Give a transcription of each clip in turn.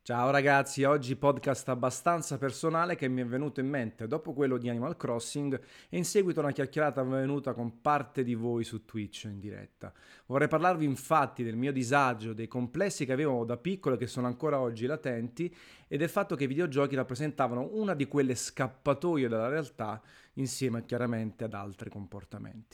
Ciao ragazzi, oggi podcast abbastanza personale che mi è venuto in mente dopo quello di Animal Crossing e in seguito a una chiacchierata avvenuta con parte di voi su Twitch in diretta. Vorrei parlarvi infatti del mio disagio, dei complessi che avevo da piccolo e che sono ancora oggi latenti e del fatto che i videogiochi rappresentavano una di quelle scappatoie dalla realtà insieme chiaramente ad altri comportamenti.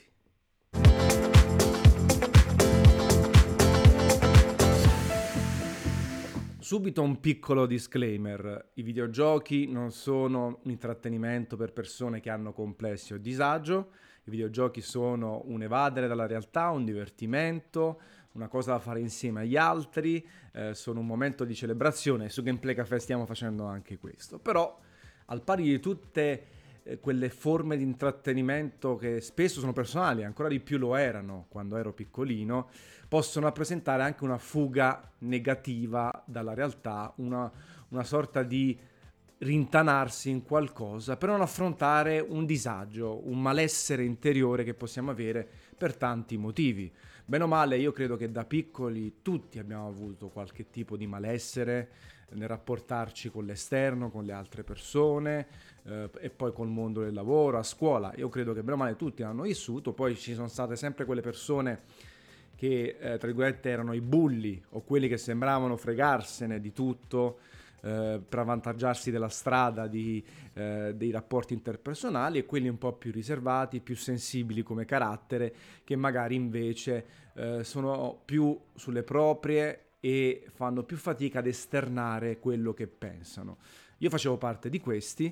Subito un piccolo disclaimer: i videogiochi non sono un intrattenimento per persone che hanno complessi o disagio, i videogiochi sono un evadere dalla realtà, un divertimento, una cosa da fare insieme agli altri, sono un momento di celebrazione e su Gameplay Café stiamo facendo anche questo. Però, al pari di tutte quelle forme di intrattenimento che spesso sono personali, ancora di più lo erano quando ero piccolino, possono rappresentare anche una fuga negativa dalla realtà, una sorta di rintanarsi in qualcosa per non affrontare un disagio, un malessere interiore che possiamo avere per tanti motivi. Bene o male, io credo che da piccoli tutti abbiamo avuto qualche tipo di malessere nel rapportarci con l'esterno, con le altre persone e poi col mondo del lavoro, a scuola. Io credo che bene o male tutti hanno vissuto, poi ci sono state sempre quelle persone che tra virgolette erano i bulli o quelli che sembravano fregarsene di tutto per avvantaggiarsi della strada dei rapporti interpersonali, e quelli un po' più riservati, più sensibili come carattere, che magari invece sono più sulle proprie e fanno più fatica ad esternare quello che pensano. Io facevo parte di questi,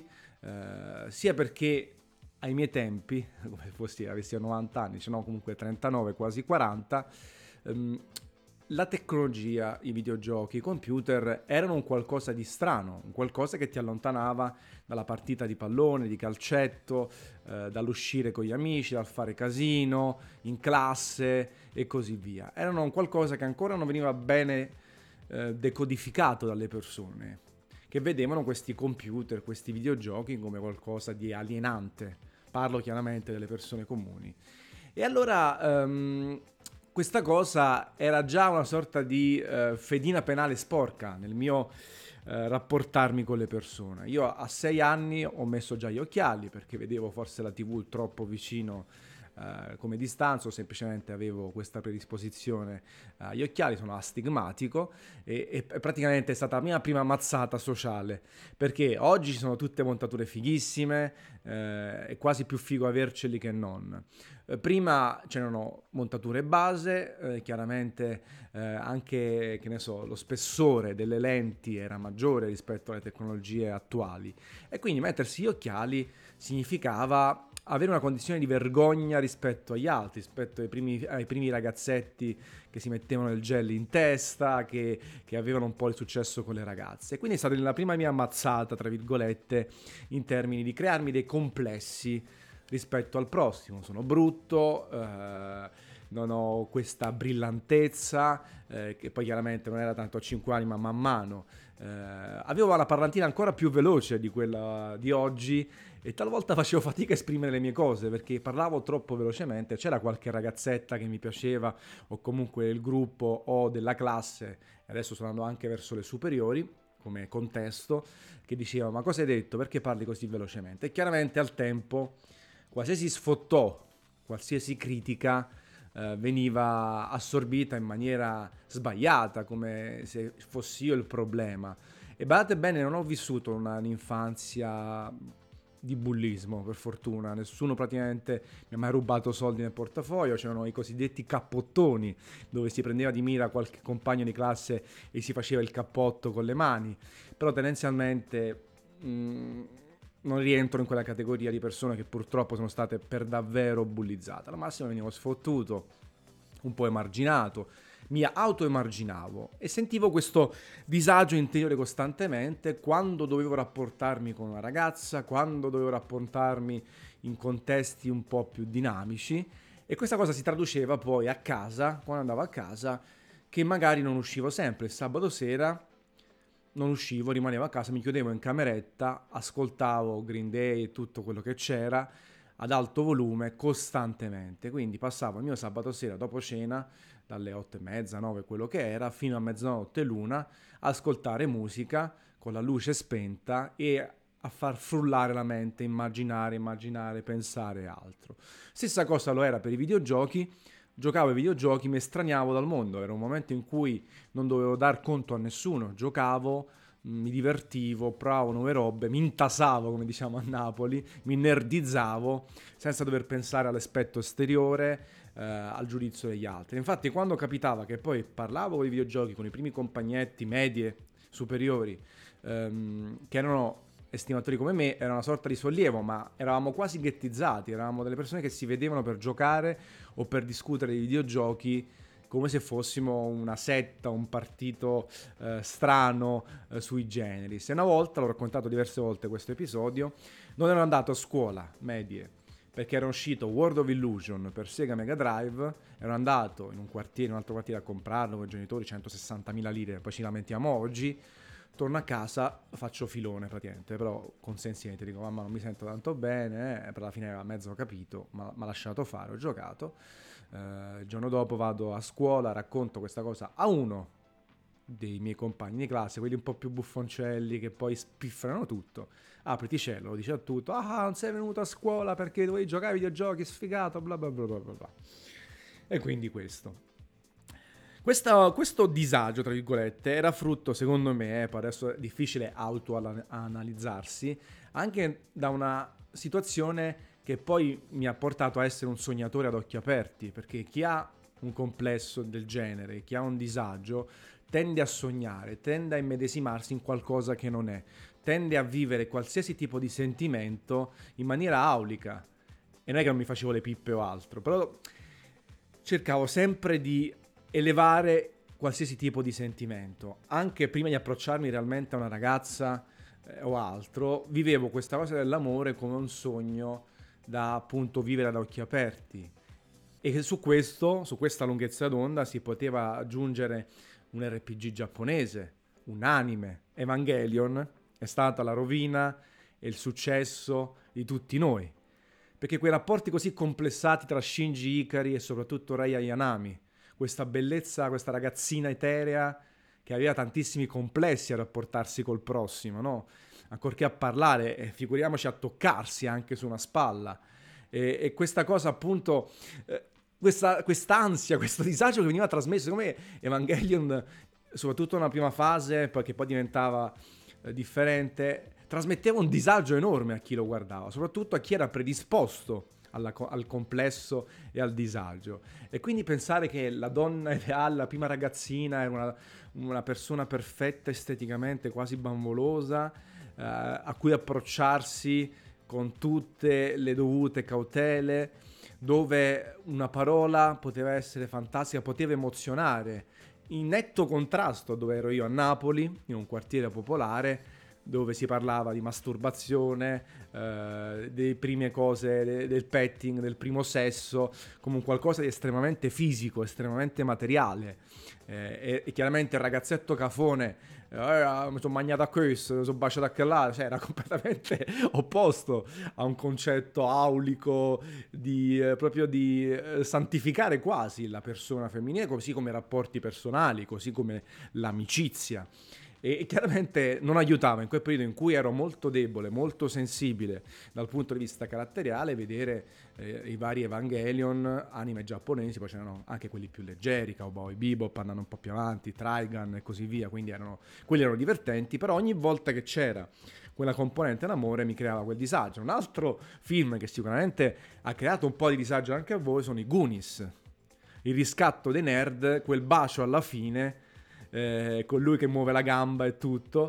sia perché ai miei tempi, come fossi avessi 90 anni, se no comunque 39, quasi 40, ehm, la tecnologia, i videogiochi, i computer erano un qualcosa di strano, un qualcosa che ti allontanava dalla partita di pallone, di calcetto, dall'uscire con gli amici, dal fare casino, in classe e così via. Erano un qualcosa che ancora non veniva bene decodificato dalle persone, che vedevano questi computer, questi videogiochi come qualcosa di alienante. Parlo chiaramente delle persone comuni. E allora questa cosa era già una sorta di fedina penale sporca nel mio rapportarmi con le persone. Io a 6 anni ho messo già gli occhiali perché vedevo forse la TV troppo vicino come distanza, o semplicemente avevo questa predisposizione agli occhiali, sono astigmatico e praticamente è stata la mia prima mazzata sociale, perché oggi ci sono tutte montature fighissime, è quasi più figo averceli che non. Prima c'erano montature base, chiaramente anche, che ne so, lo spessore delle lenti era maggiore rispetto alle tecnologie attuali, e quindi mettersi gli occhiali significava avere una condizione di vergogna rispetto agli altri, rispetto ai primi ragazzetti che si mettevano il gel in testa, che avevano un po' il successo con le ragazze. Quindi è stata la prima mia ammazzata, tra virgolette, in termini di crearmi dei complessi rispetto al prossimo. Sono brutto, non ho questa brillantezza, che poi chiaramente non era tanto a 5 anni, ma man mano. Avevo la parlantina ancora più veloce di quella di oggi e talvolta facevo fatica a esprimere le mie cose perché parlavo troppo velocemente. C'era qualche ragazzetta che mi piaceva, o comunque il gruppo o della classe, adesso sto andando anche verso le superiori come contesto, che diceva: ma cosa hai detto, perché parli così velocemente? E chiaramente al tempo qualsiasi sfottò, qualsiasi critica veniva assorbita in maniera sbagliata, come se fossi io il problema. E badate bene, non ho vissuto un'infanzia di bullismo, per fortuna. Nessuno praticamente mi ha mai rubato soldi nel portafoglio. C'erano i cosiddetti cappottoni, dove si prendeva di mira qualche compagno di classe e si faceva il cappotto con le mani. Però tendenzialmente non rientro in quella categoria di persone che purtroppo sono state per davvero bullizzate. Al massimo venivo sfottuto, un po' emarginato, mi autoemarginavo e sentivo questo disagio interiore costantemente quando dovevo rapportarmi con una ragazza, quando dovevo rapportarmi in contesti un po' più dinamici, e questa cosa si traduceva poi a casa, quando andavo a casa, che magari non uscivo sempre il sabato sera, non uscivo, rimanevo a casa, mi chiudevo in cameretta, ascoltavo Green Day e tutto quello che c'era, ad alto volume costantemente. Quindi passavo il mio sabato sera dopo cena, dalle 8:30, 9, quello che era, fino a mezzanotte l'una, a ascoltare musica con la luce spenta e a far frullare la mente, immaginare, pensare altro. Stessa cosa lo era per i videogiochi. Giocavo ai videogiochi, mi estraniavo dal mondo, era un momento in cui non dovevo dar conto a nessuno, giocavo, mi divertivo, provavo nuove robe, mi intasavo, come diciamo a Napoli, mi nerdizzavo senza dover pensare all'aspetto esteriore, al giudizio degli altri. Infatti, quando capitava che poi parlavo con i videogiochi, con i primi compagnetti medie, superiori, che erano estimatori come me, era una sorta di sollievo, ma eravamo quasi ghettizzati, eravamo delle persone che si vedevano per giocare o per discutere di videogiochi come se fossimo una setta, un partito strano sui generis. E una volta, l'ho raccontato diverse volte questo episodio, non ero andato a scuola medie perché era uscito World of Illusion per Sega Mega Drive, ero andato in un altro quartiere a comprarlo con i genitori, 160.000 lire, poi ci lamentiamo oggi. Torno a casa, faccio filone praticamente, però consenziente, dico mamma non mi sento tanto bene, per la fine aveva mezzo capito, ma m'ha lasciato fare, ho giocato. Il giorno dopo vado a scuola, racconto questa cosa a uno dei miei compagni di classe, quelli un po' più buffoncelli che poi spiffrano tutto. Apriti cielo, lo dice a tutto, ah non sei venuto a scuola perché dovevi giocare ai videogiochi, sfigato, bla bla bla bla bla. E quindi questo. Questo disagio, tra virgolette, era frutto, secondo me, poi adesso è difficile autoanalizzarsi, anche da una situazione che poi mi ha portato a essere un sognatore ad occhi aperti, perché chi ha un complesso del genere, chi ha un disagio, tende a sognare, tende a immedesimarsi in qualcosa che non è, tende a vivere qualsiasi tipo di sentimento in maniera aulica. E non è che non mi facevo le pippe o altro, però cercavo sempre di elevare qualsiasi tipo di sentimento. Anche prima di approcciarmi realmente a una ragazza o altro, vivevo questa cosa dell'amore come un sogno da appunto vivere ad occhi aperti. E su questo, su questa lunghezza d'onda, si poteva aggiungere un RPG giapponese, un anime. Evangelion è stata la rovina e il successo di tutti noi. Perché quei rapporti così complessati tra Shinji Ikari e soprattutto Rei Ayanami, questa bellezza, questa ragazzina eterea che aveva tantissimi complessi a rapportarsi col prossimo, no? Ancorché a parlare, figuriamoci a toccarsi anche su una spalla. E questa cosa appunto, quest'ansia, questo disagio che veniva trasmesso, secondo me Evangelion, soprattutto nella prima fase, poi che poi diventava differente, trasmetteva un disagio enorme a chi lo guardava, soprattutto a chi era predisposto al complesso e al disagio. E quindi pensare che la donna ideale, la prima ragazzina, era una persona perfetta esteticamente, quasi bambolosa, a cui approcciarsi con tutte le dovute cautele, dove una parola poteva essere fantastica, poteva emozionare, in netto contrasto a dove ero io a Napoli, in un quartiere popolare, dove si parlava di masturbazione, delle prime cose, del petting, del primo sesso, come un qualcosa di estremamente fisico, estremamente materiale. E chiaramente il ragazzetto cafone, mi sono mangiato a questo, mi sono baciato a quell'altro, cioè era completamente opposto a un concetto aulico di proprio di santificare quasi la persona femminile, così come i rapporti personali, così come l'amicizia. E chiaramente non aiutava in quel periodo in cui ero molto debole, molto sensibile dal punto di vista caratteriale, vedere i vari Evangelion, anime giapponesi, poi c'erano anche quelli più leggeri, Cowboy Bebop, andando un po' più avanti, Trigun e così via, quindi quelli erano divertenti, però ogni volta che c'era quella componente d'amore mi creava quel disagio. Un altro film che sicuramente ha creato un po' di disagio anche a voi sono i Goonies, il riscatto dei nerd, quel bacio alla fine, con lui che muove la gamba e tutto,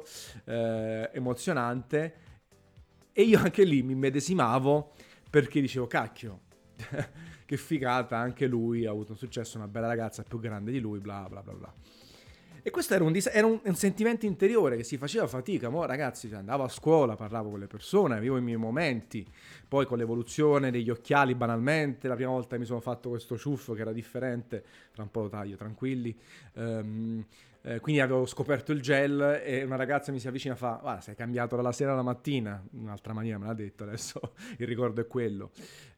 emozionante. E io anche lì mi medesimavo perché dicevo, cacchio, che figata, anche lui ha avuto un successo, una bella ragazza più grande di lui, bla bla bla bla. E questo era un sentimento interiore che si faceva fatica. Mo ragazzi, cioè, andavo a scuola, parlavo con le persone, avevo i miei momenti. Poi con l'evoluzione degli occhiali, banalmente, la prima volta che mi sono fatto questo ciuffo che era differente, tra un po' lo taglio, tranquilli. quindi avevo scoperto il gel e una ragazza mi si avvicina e fa: guarda, sei cambiato dalla sera alla mattina. In un'altra maniera me l'ha detto, adesso il ricordo è quello.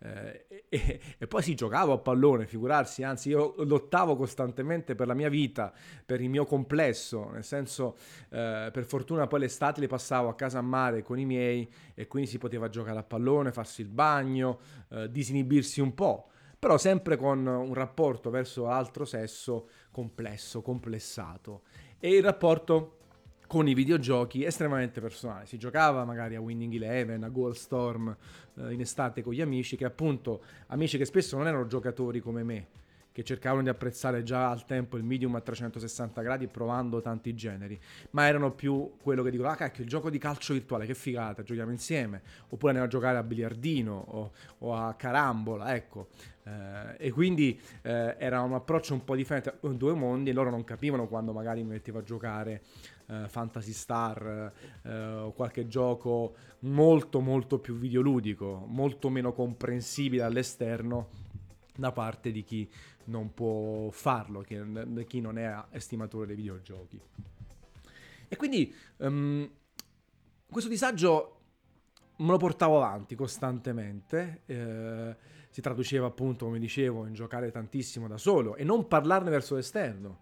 E poi sì, giocavo a pallone, figurarsi, anzi io lottavo costantemente per la mia vita, per il mio complesso, nel senso, per fortuna poi l'estate le passavo a casa a mare con i miei e quindi si poteva giocare a pallone, farsi il bagno, disinibirsi un po', però sempre con un rapporto verso l'altro sesso complesso, complessato. E il rapporto con i videogiochi estremamente personale. Si giocava magari a Winning Eleven, a Goalstorm, in estate con gli amici, che appunto, amici che spesso non erano giocatori come me, che cercavano di apprezzare già al tempo il medium a 360 gradi provando tanti generi, ma erano più quello che dicono: ah cacchio, il gioco di calcio virtuale, che figata, giochiamo insieme, oppure andiamo a giocare a biliardino o a carambola, ecco. E quindi era un approccio un po' differente, due mondi, e loro non capivano quando magari mi mettevo a giocare Phantasy Star o qualche gioco molto molto più videoludico, molto meno comprensibile all'esterno da parte di chi non può farlo, chi non è estimatore dei videogiochi. E quindi questo disagio me lo portavo avanti costantemente, si traduceva appunto, come dicevo, in giocare tantissimo da solo e non parlarne verso l'esterno,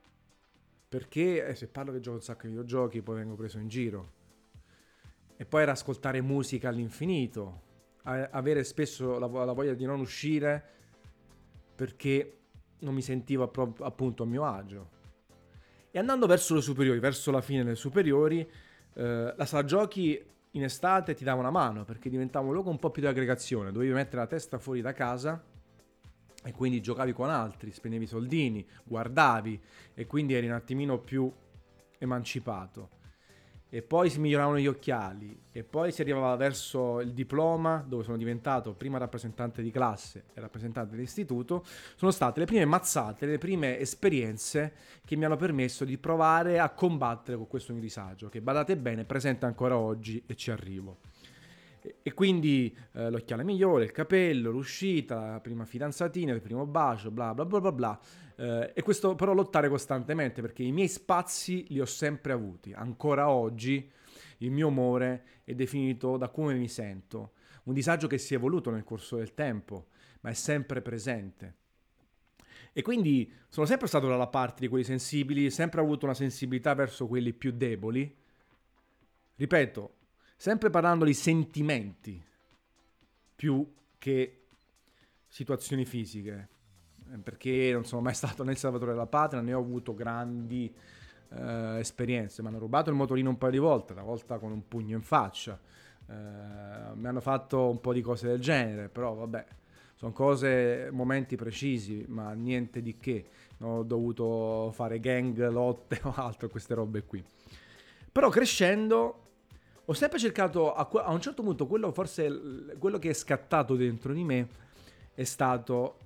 perché se parlo che gioco un sacco di videogiochi poi vengo preso in giro. E poi era ascoltare musica all'infinito, avere spesso la voglia di non uscire perché non mi sentivo appunto a mio agio. E andando verso le superiori, verso la fine delle superiori, la sala giochi in estate ti dava una mano perché diventava un luogo un po' più di aggregazione, dovevi mettere la testa fuori da casa e quindi giocavi con altri, spendevi soldini, guardavi e quindi eri un attimino più emancipato. E poi si miglioravano gli occhiali e poi si arrivava verso il diploma, dove sono diventato prima rappresentante di classe e rappresentante dell'istituto. Sono state le prime mazzate, le prime esperienze che mi hanno permesso di provare a combattere con questo mio disagio, che badate bene, è presente ancora oggi e ci arrivo. E quindi l'occhiale migliore, il capello, l'uscita, la prima fidanzatina, il primo bacio, bla bla bla bla bla. E questo però lottare costantemente, perché i miei spazi li ho sempre avuti. Ancora oggi il mio umore è definito da come mi sento. Un disagio che si è evoluto nel corso del tempo, ma è sempre presente. E quindi sono sempre stato dalla parte di quelli sensibili, sempre avuto una sensibilità verso quelli più deboli. Ripeto, sempre parlando di sentimenti più che situazioni fisiche, perché non sono mai stato né il salvatore della patria né ho avuto grandi esperienze. Mi hanno rubato il motorino un paio di volte, una volta con un pugno in faccia, mi hanno fatto un po' di cose del genere, però vabbè, sono cose, momenti precisi, ma niente di che. Non ho dovuto fare gang, lotte o altro, queste robe qui. Però crescendo ho sempre cercato, a un certo punto, quello che è scattato dentro di me è stato: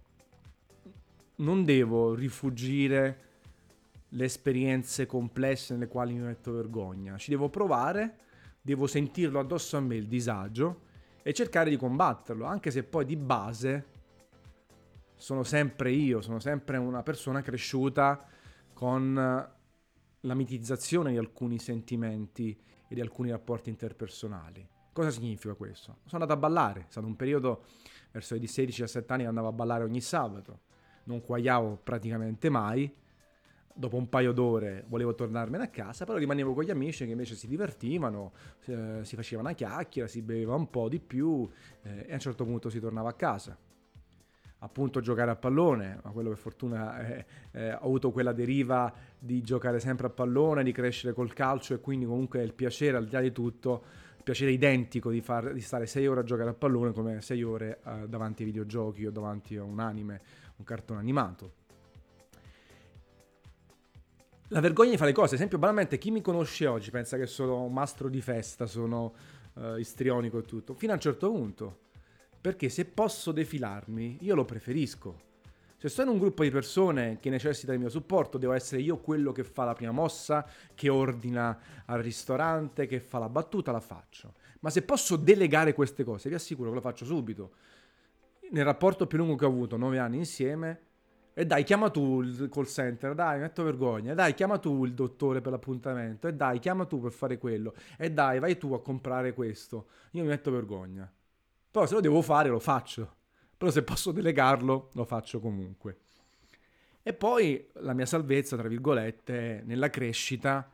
non devo rifugire le esperienze complesse nelle quali mi metto vergogna, ci devo provare, devo sentirlo addosso a me il disagio e cercare di combatterlo, anche se poi di base sono sempre io, sono sempre una persona cresciuta con la mitizzazione di alcuni sentimenti e di alcuni rapporti interpersonali. Cosa significa questo? Sono andato a ballare, è stato un periodo verso i 16-17 anni che andavo a ballare ogni sabato, non quagliavo praticamente mai, dopo un paio d'ore volevo tornarmene a casa, però rimanevo con gli amici che invece si divertivano, si faceva una chiacchiera, si beveva un po' di più e a un certo punto si tornava a casa. Appunto giocare a pallone, ma quello per fortuna ho avuto quella deriva di giocare sempre a pallone, di crescere col calcio e quindi comunque il piacere, al di là di tutto, il piacere identico di stare 6 ore a giocare a pallone come 6 ore davanti ai videogiochi o davanti a un anime, un cartone animato. La vergogna di fare le cose, ad esempio banalmente chi mi conosce oggi pensa che sono un mastro di festa, sono istrionico e tutto, fino a un certo punto. Perché se posso defilarmi, io lo preferisco. Se sto in un gruppo di persone che necessita del mio supporto, devo essere io quello che fa la prima mossa, che ordina al ristorante, che fa la battuta, la faccio. Ma se posso delegare queste cose, vi assicuro che lo faccio subito. Nel rapporto più lungo che ho avuto, 9 anni insieme, E dai, chiama tu il call center, dai, metto vergogna. E dai, chiama tu il dottore per l'appuntamento. E dai, chiama tu per fare quello. E dai, vai tu a comprare questo. Io mi metto vergogna. Però se lo devo fare, lo faccio. Però se posso delegarlo, lo faccio comunque. E poi la mia salvezza, tra virgolette, nella crescita,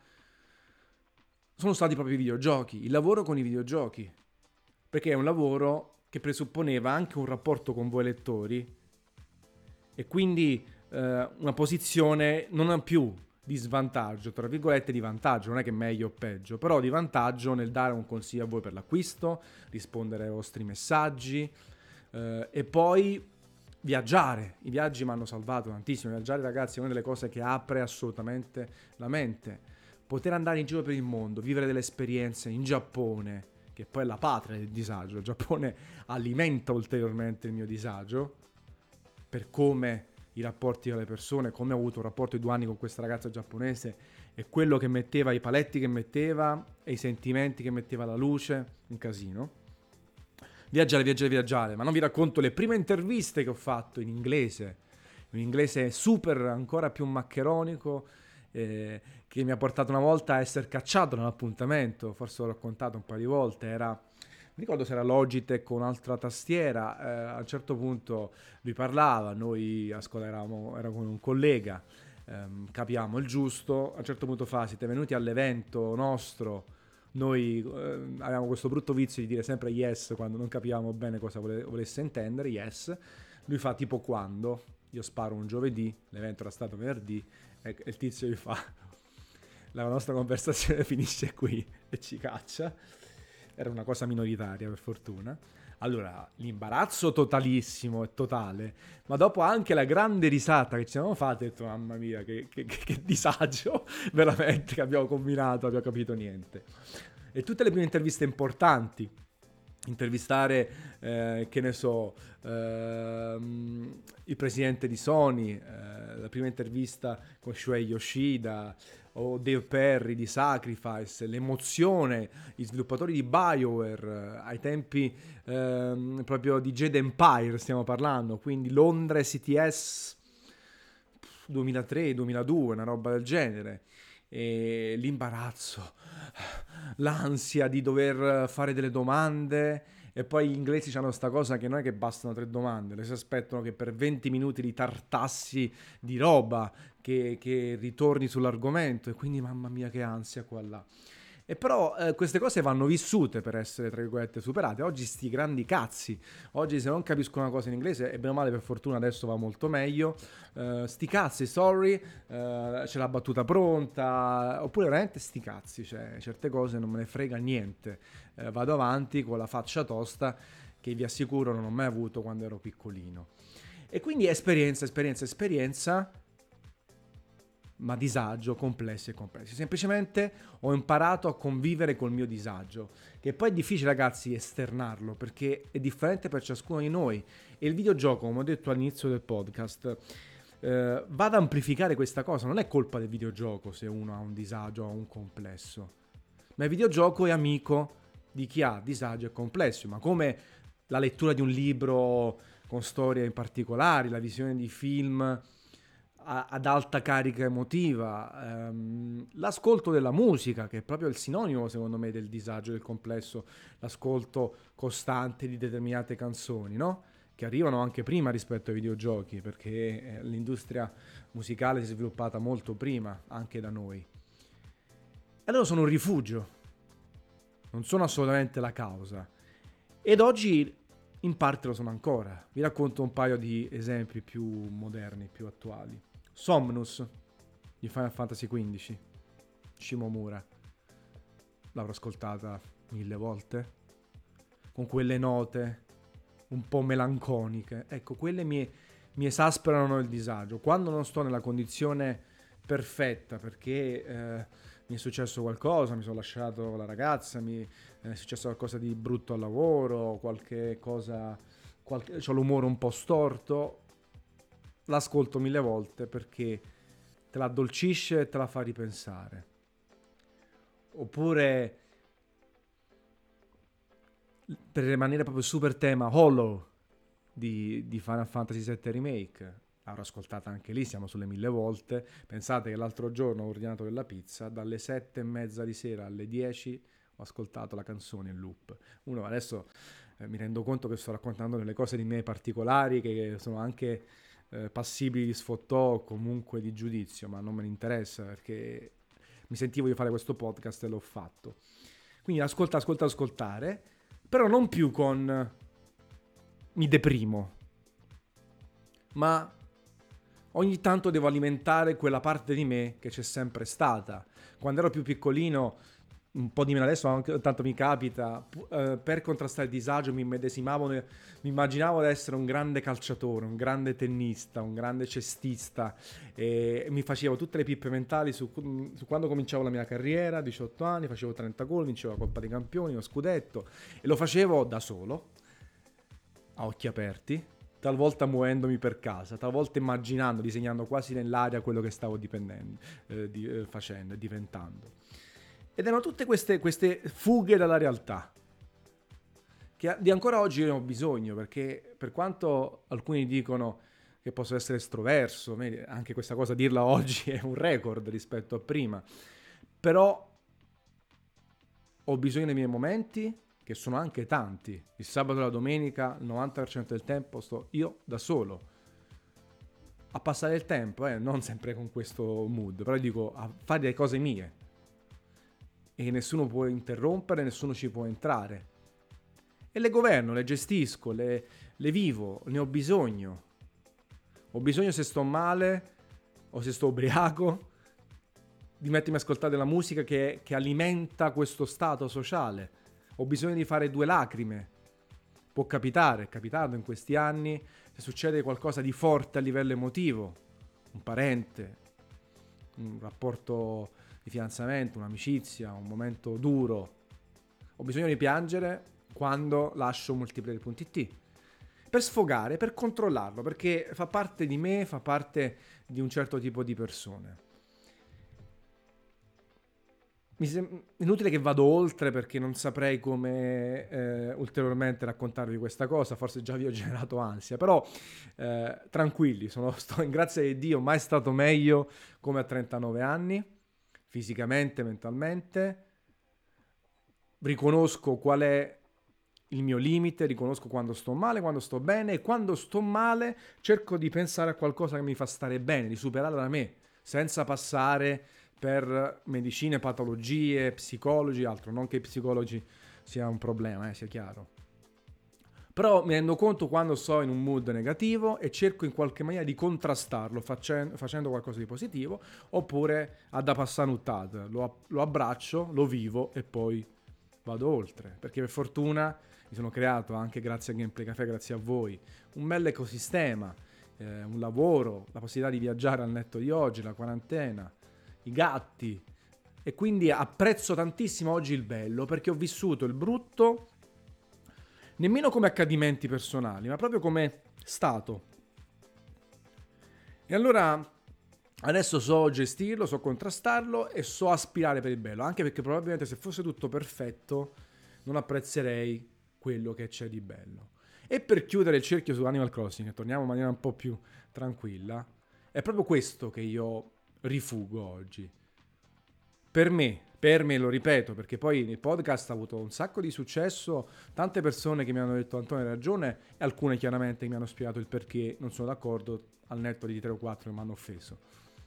sono stati proprio i videogiochi, il lavoro con i videogiochi. Perché è un lavoro che presupponeva anche un rapporto con voi lettori e quindi una posizione non più di svantaggio, tra virgolette di vantaggio, non è che meglio o peggio, però di vantaggio nel dare un consiglio a voi per l'acquisto, rispondere ai vostri messaggi e poi viaggiare. I viaggi mi hanno salvato tantissimo, viaggiare ragazzi è una delle cose che apre assolutamente la mente. Poter andare in giro per il mondo, vivere delle esperienze in Giappone, che poi è la patria del disagio, il Giappone alimenta ulteriormente il mio disagio, per come i rapporti con le persone, come ho avuto un rapporto di 2 anni con questa ragazza giapponese e quello che metteva, i paletti che metteva e i sentimenti che metteva alla luce, un casino. Viaggiare, viaggiare, viaggiare, ma non vi racconto le prime interviste che ho fatto in inglese, un inglese super, ancora più maccheronico, che mi ha portato una volta a essere cacciato nell'appuntamento, forse l'ho raccontato un paio di volte, mi ricordo se era Logitech con un'altra tastiera, a un certo punto lui parlava, noi a scuola ero con un collega, capiamo il giusto, a un certo punto fa, siete venuti all'evento nostro, noi avevamo questo brutto vizio di dire sempre yes quando non capivamo bene cosa volesse intendere, yes, lui fa tipo quando, io sparo un giovedì, l'evento era stato venerdì, e il tizio gli fa, la nostra conversazione finisce qui e ci caccia. Era una cosa minoritaria per fortuna. Allora, l'imbarazzo totalissimo e totale, ma dopo anche la grande risata che ci siamo fatti, ho detto mamma mia che disagio veramente che abbiamo combinato, abbiamo capito niente. E tutte le prime interviste importanti, intervistare, che ne so, il presidente di Sony, la prima intervista con Shuei Yoshida o Dave Perry di Sacrifice, l'emozione, gli sviluppatori di BioWare, ai tempi proprio di Jade Empire stiamo parlando, quindi Londra CTS 2003-2002, una roba del genere. E l'imbarazzo, l'ansia di dover fare delle domande e poi gli inglesi hanno sta cosa che non è che bastano 3 domande, le si aspettano che per 20 minuti li tartassi di roba, che ritorni sull'argomento e quindi mamma mia che ansia qua là. E però queste cose vanno vissute per essere, tra virgolette, superate. Oggi sti grandi cazzi. Oggi se non capisco una cosa in inglese, e bene o male per fortuna adesso va molto meglio, sti cazzi, sorry, c'è la battuta pronta, oppure veramente sti cazzi, cioè certe cose non me ne frega niente. Vado avanti con la faccia tosta che vi assicuro non ho mai avuto quando ero piccolino. E quindi esperienza, esperienza, esperienza, ma disagio, complessi e complessi. Semplicemente ho imparato a convivere col mio disagio, che poi è difficile ragazzi esternarlo, perché è differente per ciascuno di noi. E il videogioco, come ho detto all'inizio del podcast, va ad amplificare questa cosa. Non è colpa del videogioco se uno ha un disagio o un complesso, ma il videogioco è amico di chi ha disagio e complesso, ma come la lettura di un libro con storie in particolari, la visione di film ad alta carica emotiva, l'ascolto della musica, che è proprio il sinonimo secondo me del disagio, del complesso, l'ascolto costante di determinate canzoni, no? Che arrivano anche prima rispetto ai videogiochi, perché l'industria musicale si è sviluppata molto prima anche da noi. E allora sono un rifugio, non sono assolutamente la causa. Ed oggi in parte lo sono ancora. Vi racconto un paio di esempi più moderni, più attuali. Somnus di Final Fantasy XV, Shimomura. L'avrò ascoltata 1000 volte. Con quelle note un po' melanconiche. Ecco, quelle mi esasperano il disagio. Quando non sto nella condizione perfetta, perché mi è successo qualcosa, mi sono lasciato la ragazza, mi è successo qualcosa di brutto al lavoro, qualche cosa, ho l'umore un po' storto, l'ascolto 1000 volte perché te la addolcisce e te la fa ripensare. Oppure, per rimanere proprio super tema, Hollow di Final Fantasy VII Remake, l'avrò ascoltata anche lì, siamo sulle 1000 volte. Pensate che l'altro giorno ho ordinato della pizza, dalle 7:30 di sera alle 10 ho ascoltato la canzone in loop. Uno adesso mi rendo conto che sto raccontando delle cose di miei particolari che sono anche passibili di sfottò o comunque di giudizio, ma non me ne interessa perché mi sentivo di fare questo podcast e l'ho fatto. Quindi ascoltare, però non più con mi deprimo, ma ogni tanto devo alimentare quella parte di me che c'è sempre stata. Quando ero più piccolino, un po' di meno adesso, anche tanto mi capita, per contrastare il disagio mi mi immaginavo di essere un grande calciatore, un grande tennista, un grande cestista e mi facevo tutte le pippe mentali su quando cominciavo la mia carriera, 18 anni, facevo 30 gol, vincevo la Coppa dei Campioni, lo scudetto e lo facevo da solo, a occhi aperti, talvolta muovendomi per casa, talvolta immaginando, disegnando quasi nell'aria quello che stavo facendo e diventando. Ed erano tutte queste fughe dalla realtà, che di ancora oggi io ne ho bisogno, perché per quanto alcuni dicono che posso essere estroverso, anche questa cosa dirla oggi è un record rispetto a prima, però ho bisogno dei miei momenti, che sono anche tanti. Il sabato e la domenica, il 90% del tempo sto io da solo, a passare il tempo, non sempre con questo mood, però dico a fare le cose mie. E nessuno può interrompere, nessuno ci può entrare. E le governo, le gestisco, le vivo, ne ho bisogno. Ho bisogno se sto male o se sto ubriaco di mettermi a ascoltare della musica che alimenta questo stato sociale. Ho bisogno di fare 2 lacrime. Può capitare, è capitato in questi anni, se succede qualcosa di forte a livello emotivo, un parente, un rapporto di fidanzamento, un'amicizia, un momento duro. Ho bisogno di piangere quando lascio multiplayer.it per sfogare, per controllarlo, perché fa parte di me, fa parte di un certo tipo di persone. Inutile che vado oltre perché non saprei come ulteriormente raccontarvi questa cosa, forse già vi ho generato ansia, però tranquilli, sto in grazia di Dio mai stato meglio come a 39 anni, fisicamente, mentalmente. Riconosco qual è il mio limite, riconosco quando sto male, quando sto bene e quando sto male cerco di pensare a qualcosa che mi fa stare bene, di superarla da me, senza passare per medicine, patologie, psicologi, altro. Non che i psicologi sia un problema, sia chiaro. Però mi rendo conto quando sto in un mood negativo e cerco in qualche maniera di contrastarlo facendo qualcosa di positivo, oppure a da passanuttate, lo abbraccio, lo vivo e poi vado oltre. Perché per fortuna mi sono creato, anche grazie a Gameplay Café, grazie a voi, un bel ecosistema, un lavoro, la possibilità di viaggiare al netto di oggi, la quarantena, i gatti, e quindi apprezzo tantissimo oggi il bello perché ho vissuto il brutto nemmeno come accadimenti personali, ma proprio come stato. E allora adesso so gestirlo, so contrastarlo e so aspirare per il bello, anche perché probabilmente se fosse tutto perfetto non apprezzerei quello che c'è di bello. E per chiudere il cerchio su Animal Crossing, e torniamo in maniera un po' più tranquilla, è proprio questo che io rifugo oggi. Per me, lo ripeto, perché poi nel podcast ha avuto un sacco di successo, tante persone che mi hanno detto Antonio hai ragione e alcune chiaramente mi hanno spiegato il perché non sono d'accordo, al netto di 3 o 4 che mi hanno offeso.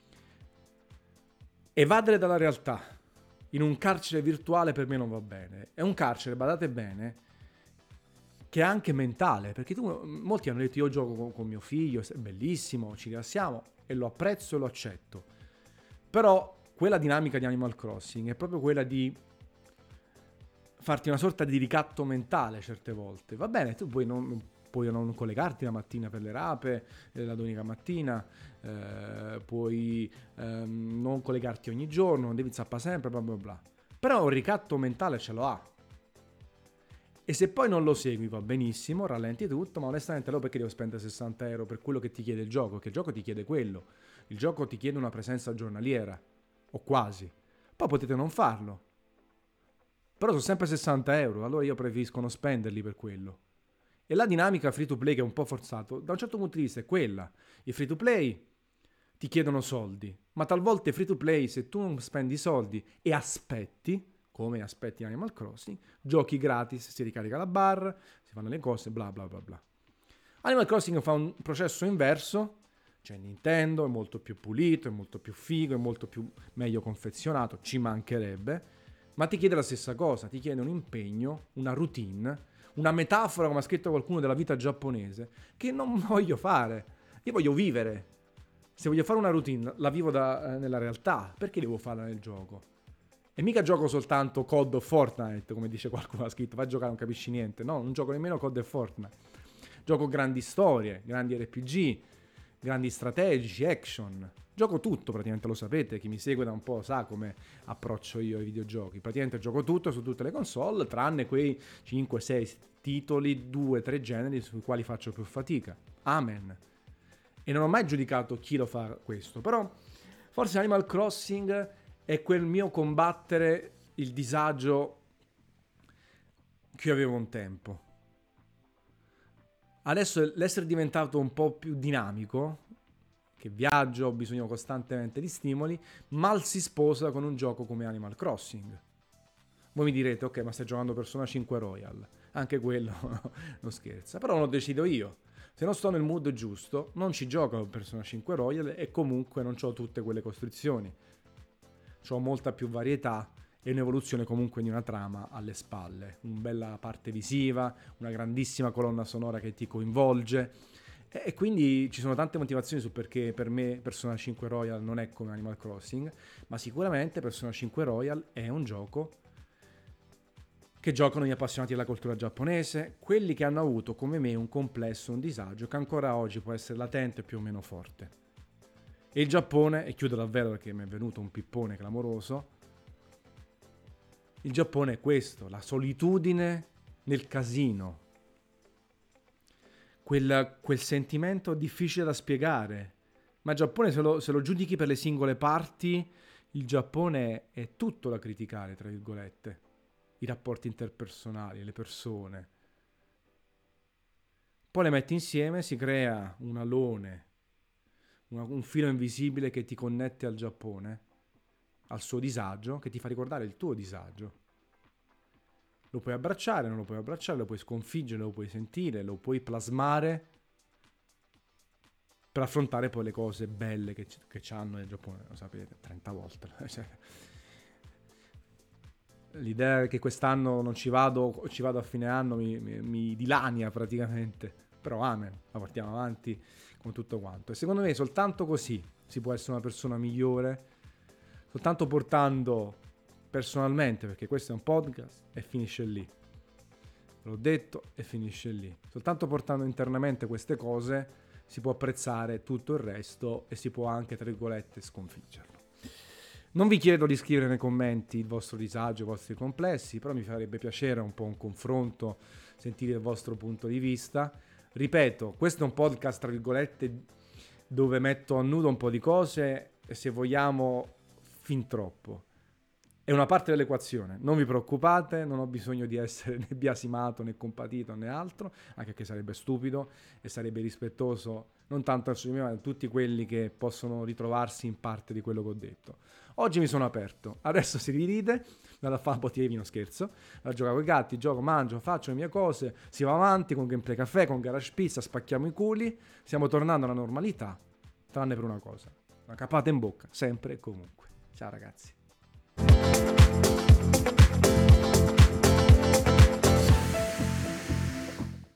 Evadere dalla realtà in un carcere virtuale per me non va bene. È un carcere, badate bene, che è anche mentale, perché molti hanno detto io gioco con mio figlio, è bellissimo, ci rilassiamo e lo apprezzo e lo accetto. Però quella dinamica di Animal Crossing è proprio quella di farti una sorta di ricatto mentale certe volte. Va bene, tu puoi non collegarti la mattina per le rape, la domenica mattina, puoi non collegarti ogni giorno, non devi zappare sempre, bla bla bla. Però un ricatto mentale ce lo ha. E se poi non lo segui va benissimo, rallenti tutto, ma onestamente allora perché devo spendere 60 euro per quello che ti chiede il gioco? Che il gioco ti chiede quello. Il gioco ti chiede una presenza giornaliera, o quasi. Poi potete non farlo. Però sono sempre 60 euro, allora io preferisco non spenderli per quello. E la dinamica free to play, che è un po' forzato, da un certo punto di vista è quella. I free to play ti chiedono soldi, ma talvolta i free to play, se tu non spendi soldi e aspetti, come aspetti in Animal Crossing, giochi gratis, si ricarica la barra, si fanno le cose, bla bla bla bla. Animal Crossing fa un processo inverso, cioè Nintendo è molto più pulito, è molto più figo, è molto più meglio confezionato, ci mancherebbe, ma ti chiede la stessa cosa, ti chiede un impegno, una routine, una metafora, come ha scritto qualcuno, della vita giapponese, che non voglio fare. Io voglio vivere. Se voglio fare una routine, la vivo nella realtà. Perché devo farla nel gioco? E mica gioco soltanto COD o Fortnite, come dice qualcuno, ha scritto, vai a giocare, non capisci niente. No, non gioco nemmeno COD e Fortnite. Gioco grandi storie, grandi RPG, grandi strategici, action. Gioco tutto, praticamente, lo sapete, chi mi segue da un po' sa come approccio io ai videogiochi. Praticamente gioco tutto su tutte le console, tranne quei 5-6 titoli, 2-3 generi sui quali faccio più fatica. Amen. E non ho mai giudicato chi lo fa questo, però forse Animal Crossing è quel mio combattere il disagio che io avevo un tempo. Adesso l'essere diventato un po' più dinamico, che viaggio, ho bisogno costantemente di stimoli, mal si sposa con un gioco come Animal Crossing. Voi mi direte, ok, ma stai giocando Persona 5 Royal. Anche quello non scherza, però non lo decido io. Se non sto nel mood giusto, non ci gioco Persona 5 Royal e comunque non ho tutte quelle costrizioni. Ho molta più varietà e un'evoluzione comunque di una trama alle spalle. Una bella parte visiva, una grandissima colonna sonora che ti coinvolge. E quindi ci sono tante motivazioni su perché per me Persona 5 Royal non è come Animal Crossing, ma sicuramente Persona 5 Royal è un gioco che giocano gli appassionati della cultura giapponese, quelli che hanno avuto come me un complesso, un disagio che ancora oggi può essere latente più o meno forte. E il Giappone, e chiudo davvero perché mi è venuto un pippone clamoroso, il Giappone è questo, la solitudine nel casino, quel sentimento difficile da spiegare. Ma il Giappone, se lo giudichi per le singole parti, il Giappone è tutto da criticare, tra virgolette. I rapporti interpersonali, le persone. Poi le metti insieme, si crea un alone, un filo invisibile che ti connette al Giappone, al suo disagio, che ti fa ricordare il tuo disagio. Lo puoi abbracciare, non lo puoi abbracciare, lo puoi sconfiggere, lo puoi sentire, lo puoi plasmare per affrontare poi le cose belle che c'hanno nel Giappone, lo sapete, 30 volte. L'idea che quest'anno non ci vado a fine anno mi dilania praticamente, però amen, la portiamo avanti con tutto quanto. E secondo me soltanto così si può essere una persona migliore, soltanto portando personalmente, perché questo è un podcast e finisce lì, l'ho detto e finisce lì, soltanto portando internamente queste cose si può apprezzare tutto il resto e si può anche, tra virgolette, sconfiggerlo. Non vi chiedo di scrivere nei commenti il vostro disagio, i vostri complessi, però mi farebbe piacere un po' un confronto, sentire il vostro punto di vista. Ripeto, questo è un podcast, tra virgolette, dove metto a nudo un po' di cose e, se vogliamo, fin troppo. È una parte dell'equazione, non vi preoccupate, non ho bisogno di essere né biasimato né compatito né altro, anche che sarebbe stupido e sarebbe irrispettoso non tanto verso di me ma tutti quelli che possono ritrovarsi in parte di quello che ho detto. Oggi mi sono aperto, adesso si ridite, vado a fare un po' di vino, scherzo, vado a giocare con i gatti, gioco, mangio, faccio le mie cose, si va avanti con Gameplay Café, con Garage Pizza, spacchiamo i culi, stiamo tornando alla normalità, tranne per una cosa, una capata in bocca, sempre e comunque. Ciao ragazzi.